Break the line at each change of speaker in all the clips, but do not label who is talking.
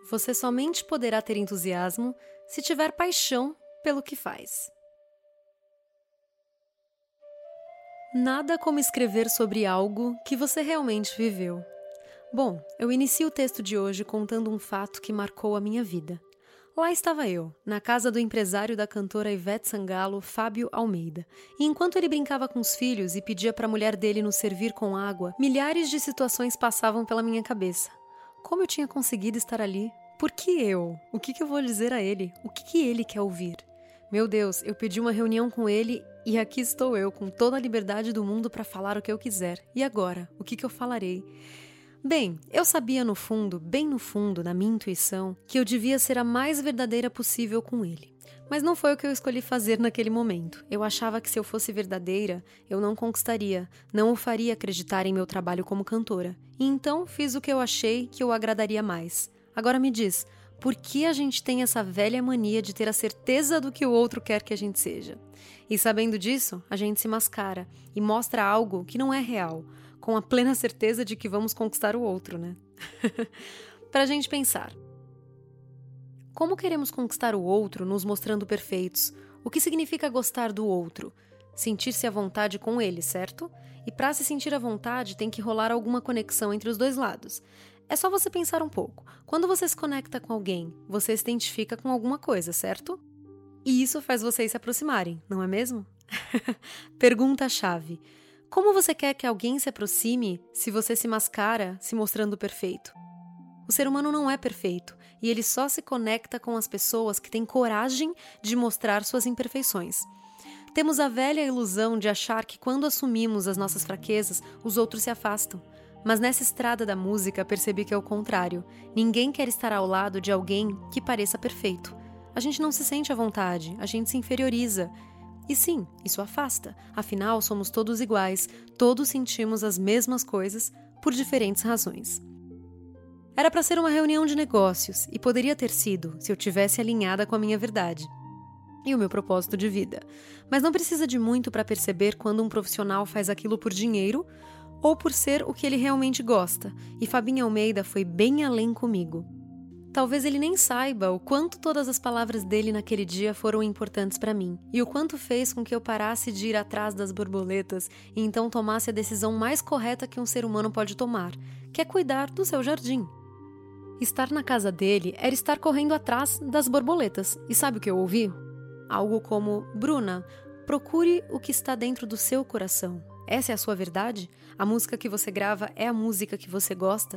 Você somente poderá ter entusiasmo se tiver paixão pelo que faz. Nada como escrever sobre algo que você realmente viveu. Bom, eu inicio o texto de hoje contando um fato que marcou a minha vida. Lá estava eu, na casa do empresário da cantora Ivete Sangalo, Fábio Almeida. E enquanto ele brincava com os filhos e pedia para a mulher dele nos servir com água, milhares de situações passavam pela minha cabeça. Como eu tinha conseguido estar ali? Por que eu? O que eu vou dizer a ele? O que ele quer ouvir? Meu Deus, eu pedi uma reunião com ele e aqui estou eu, com toda a liberdade do mundo para falar o que eu quiser. E agora? O que eu falarei? Bem, eu sabia no fundo, bem no fundo, na minha intuição, que eu devia ser a mais verdadeira possível com ele. Mas não foi o que eu escolhi fazer naquele momento. Eu achava que se eu fosse verdadeira, eu não conquistaria, não o faria acreditar em meu trabalho como cantora. E então fiz o que eu achei que o agradaria mais. Agora me diz, por que a gente tem essa velha mania de ter a certeza do que o outro quer que a gente seja? E sabendo disso, a gente se mascara e mostra algo que não é real, com a plena certeza de que vamos conquistar o outro, né? Pra gente pensar. Como queremos conquistar o outro nos mostrando perfeitos? O que significa gostar do outro? Sentir-se à vontade com ele, certo? E para se sentir à vontade, tem que rolar alguma conexão entre os dois lados. É só você pensar um pouco. Quando você se conecta com alguém, você se identifica com alguma coisa, certo? E isso faz vocês se aproximarem, não é mesmo? Pergunta-chave. Como você quer que alguém se aproxime se você se mascara, se mostrando perfeito? O ser humano não é perfeito e ele só se conecta com as pessoas que têm coragem de mostrar suas imperfeições. Temos a velha ilusão de achar que quando assumimos as nossas fraquezas, os outros se afastam. Mas nessa estrada da música percebi que é o contrário. Ninguém quer estar ao lado de alguém que pareça perfeito. A gente não se sente à vontade, a gente se inferioriza. E sim, isso afasta. Afinal, somos todos iguais, todos sentimos as mesmas coisas por diferentes razões. Era para ser uma reunião de negócios e poderia ter sido se eu tivesse alinhada com a minha verdade e o meu propósito de vida. Mas não precisa de muito para perceber quando um profissional faz aquilo por dinheiro ou por ser o que ele realmente gosta. E Fabinho Almeida foi bem além comigo. Talvez ele nem saiba o quanto todas as palavras dele naquele dia foram importantes para mim e o quanto fez com que eu parasse de ir atrás das borboletas e então tomasse a decisão mais correta que um ser humano pode tomar, que é cuidar do seu jardim. Estar na casa dele era estar correndo atrás das borboletas. E sabe o que eu ouvi? Algo como: Bruna, procure o que está dentro do seu coração. Essa é a sua verdade? A música que você grava é a música que você gosta?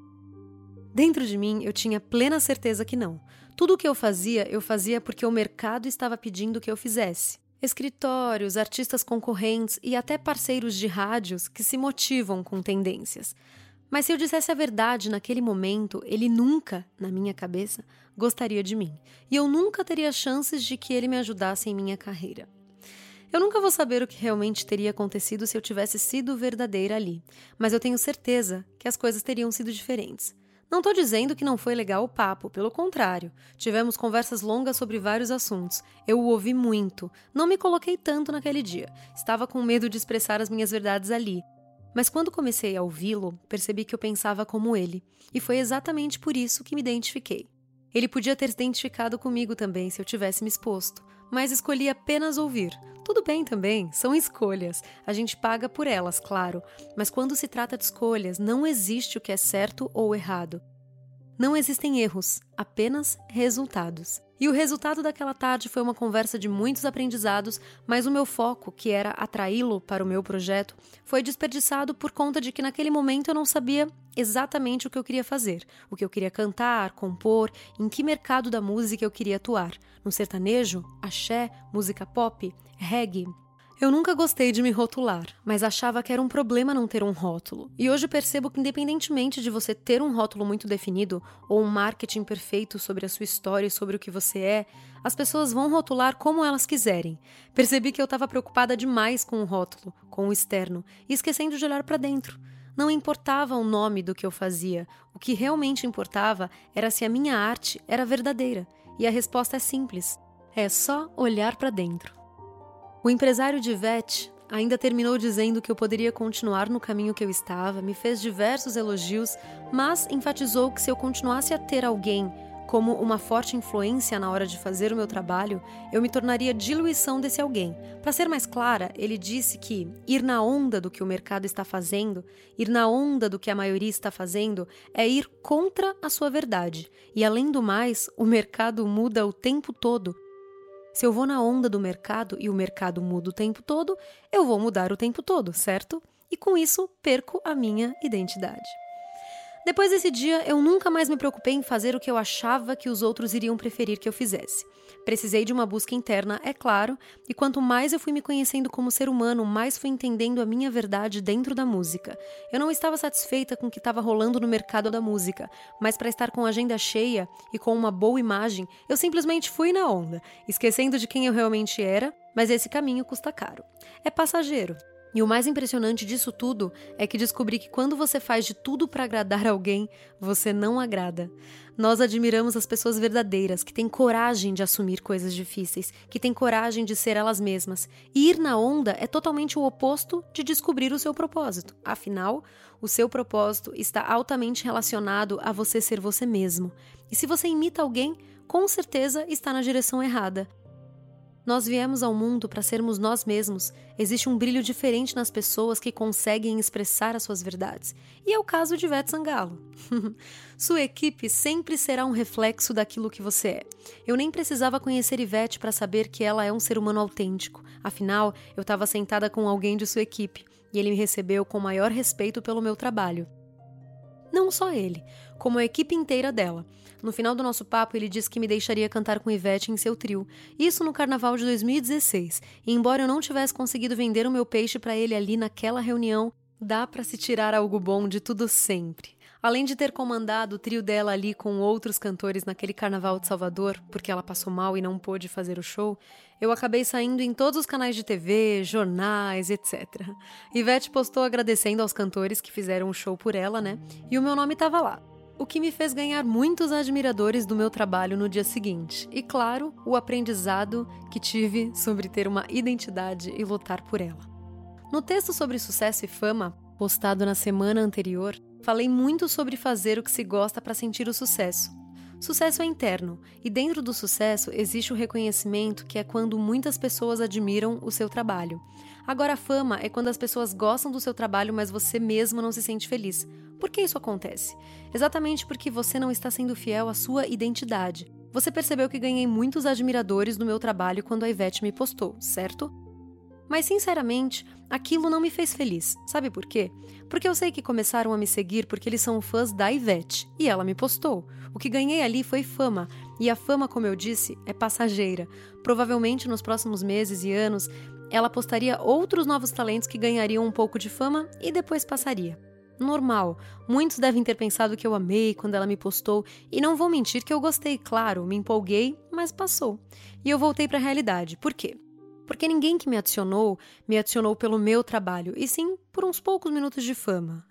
Dentro de mim, eu tinha plena certeza que não. Tudo o que eu fazia porque o mercado estava pedindo que eu fizesse. Escritórios, artistas concorrentes e até parceiros de rádios que se motivam com tendências. Mas se eu dissesse a verdade naquele momento, ele nunca, na minha cabeça, gostaria de mim. E eu nunca teria chances de que ele me ajudasse em minha carreira. Eu nunca vou saber o que realmente teria acontecido se eu tivesse sido verdadeira ali. Mas eu tenho certeza que as coisas teriam sido diferentes. Não estou dizendo que não foi legal o papo, pelo contrário. Tivemos conversas longas sobre vários assuntos. Eu o ouvi muito. Não me coloquei tanto naquele dia. Estava com medo de expressar as minhas verdades ali. Mas quando comecei a ouvi-lo, percebi que eu pensava como ele. E foi exatamente por isso que me identifiquei. Ele podia ter se identificado comigo também se eu tivesse me exposto. Mas escolhi apenas ouvir. Tudo bem também, são escolhas. A gente paga por elas, claro. Mas quando se trata de escolhas, não existe o que é certo ou errado. Não existem erros, apenas resultados. E o resultado daquela tarde foi uma conversa de muitos aprendizados, mas o meu foco, que era atraí-lo para o meu projeto, foi desperdiçado por conta de que naquele momento eu não sabia exatamente o que eu queria fazer, o que eu queria cantar, compor, em que mercado da música eu queria atuar. No sertanejo, axé, música pop, reggae. Eu nunca gostei de me rotular, mas achava que era um problema não ter um rótulo. E hoje percebo que independentemente de você ter um rótulo muito definido ou um marketing perfeito sobre a sua história e sobre o que você é, as pessoas vão rotular como elas quiserem. Percebi que eu estava preocupada demais com o rótulo, com o externo, e esquecendo de olhar para dentro. Não importava o nome do que eu fazia, o que realmente importava era se a minha arte era verdadeira. E a resposta é simples, é só olhar para dentro. O empresário de Ivete, ainda terminou dizendo que eu poderia continuar no caminho que eu estava, me fez diversos elogios, mas enfatizou que se eu continuasse a ter alguém como uma forte influência na hora de fazer o meu trabalho, eu me tornaria diluição desse alguém. Para ser mais clara, ele disse que ir na onda do que o mercado está fazendo, ir na onda do que a maioria está fazendo, é ir contra a sua verdade. E além do mais, o mercado muda o tempo todo. Se eu vou na onda do mercado e o mercado muda o tempo todo, eu vou mudar o tempo todo, certo? E com isso, perco a minha identidade. Depois desse dia, eu nunca mais me preocupei em fazer o que eu achava que os outros iriam preferir que eu fizesse. Precisei de uma busca interna, é claro, e quanto mais eu fui me conhecendo como ser humano, mais fui entendendo a minha verdade dentro da música. Eu não estava satisfeita com o que estava rolando no mercado da música, mas para estar com a agenda cheia e com uma boa imagem, eu simplesmente fui na onda, esquecendo de quem eu realmente era, mas esse caminho custa caro. É passageiro. E o mais impressionante disso tudo é que descobri que quando você faz de tudo para agradar alguém, você não agrada. Nós admiramos as pessoas verdadeiras, que têm coragem de assumir coisas difíceis, que têm coragem de ser elas mesmas. E ir na onda é totalmente o oposto de descobrir o seu propósito. Afinal, o seu propósito está altamente relacionado a você ser você mesmo. E se você imita alguém, com certeza está na direção errada. Nós viemos ao mundo para sermos nós mesmos. Existe um brilho diferente nas pessoas que conseguem expressar as suas verdades. E é o caso de Ivete Sangalo. Sua equipe sempre será um reflexo daquilo que você é. Eu nem precisava conhecer Ivete para saber que ela é um ser humano autêntico. Afinal, eu estava sentada com alguém de sua equipe e ele me recebeu com o maior respeito pelo meu trabalho. Não só ele, como a equipe inteira dela. No final do nosso papo, ele disse que me deixaria cantar com Ivete em seu trio. Isso no carnaval de 2016. E embora eu não tivesse conseguido vender o meu peixe para ele ali naquela reunião, dá para se tirar algo bom de tudo sempre. Além de ter comandado o trio dela ali com outros cantores naquele carnaval de Salvador, porque ela passou mal e não pôde fazer o show, eu acabei saindo em todos os canais de TV, jornais, etc. Ivete postou agradecendo aos cantores que fizeram o show por ela, né? E o meu nome estava lá. O que me fez ganhar muitos admiradores do meu trabalho no dia seguinte. E, claro, o aprendizado que tive sobre ter uma identidade e lutar por ela. No texto sobre sucesso e fama, postado na semana anterior, falei muito sobre fazer o que se gosta para sentir o sucesso. Sucesso é interno, e dentro do sucesso existe o reconhecimento, que é quando muitas pessoas admiram o seu trabalho. Agora, a fama é quando as pessoas gostam do seu trabalho, mas você mesmo não se sente feliz. Por que isso acontece? Exatamente porque você não está sendo fiel à sua identidade. Você percebeu que ganhei muitos admiradores no meu trabalho quando a Ivete me postou, certo? Mas, sinceramente, aquilo não me fez feliz. Sabe por quê? Porque eu sei que começaram a me seguir porque eles são fãs da Ivete, e ela me postou. O que ganhei ali foi fama, e a fama, como eu disse, é passageira. Provavelmente, nos próximos meses e anos, ela postaria outros novos talentos que ganhariam um pouco de fama e depois passaria. Normal. Muitos devem ter pensado que eu amei quando ela me postou, e não vou mentir que eu gostei, claro, me empolguei, mas passou. E eu voltei para a realidade. Por quê? Porque ninguém que me adicionou pelo meu trabalho, e sim por uns poucos minutos de fama.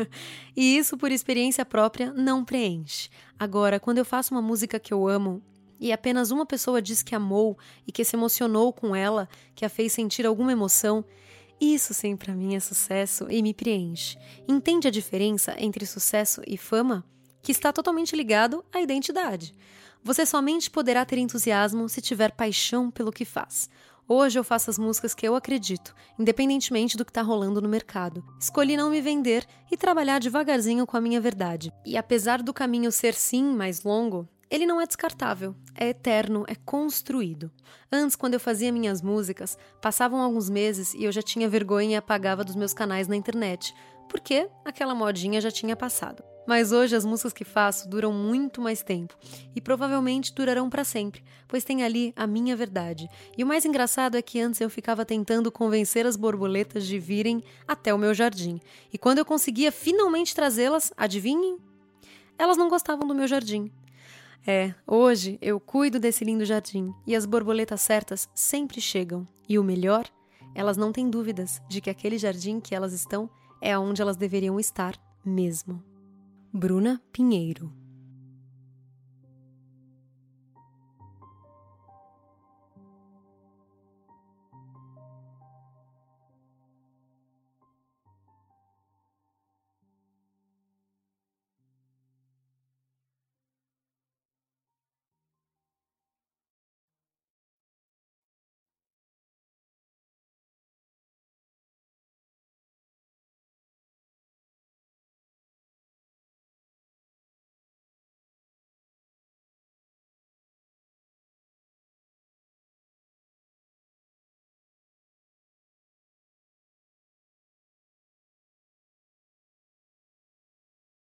E isso, por experiência própria, não preenche. Agora, quando eu faço uma música que eu amo, e apenas uma pessoa diz que amou e que se emocionou com ela, que a fez sentir alguma emoção, isso sim pra mim é sucesso e me preenche. Entende a diferença entre sucesso e fama? Que está totalmente ligado à identidade. Você somente poderá ter entusiasmo se tiver paixão pelo que faz. Hoje eu faço as músicas que eu acredito, independentemente do que está rolando no mercado. Escolhi não me vender e trabalhar devagarzinho com a minha verdade. E apesar do caminho ser sim mais longo, ele não é descartável, é eterno, é construído. Antes, quando eu fazia minhas músicas, passavam alguns meses e eu já tinha vergonha e apagava dos meus canais na internet, porque aquela modinha já tinha passado. Mas hoje as músicas que faço duram muito mais tempo e provavelmente durarão para sempre, pois tem ali a minha verdade. E o mais engraçado é que antes eu ficava tentando convencer as borboletas de virem até o meu jardim. E quando eu conseguia finalmente trazê-las, adivinhem? Elas não gostavam do meu jardim. Hoje eu cuido desse lindo jardim e as borboletas certas sempre chegam. E o melhor, elas não têm dúvidas de que aquele jardim que elas estão é onde elas deveriam estar mesmo. Bruna Pinheiro.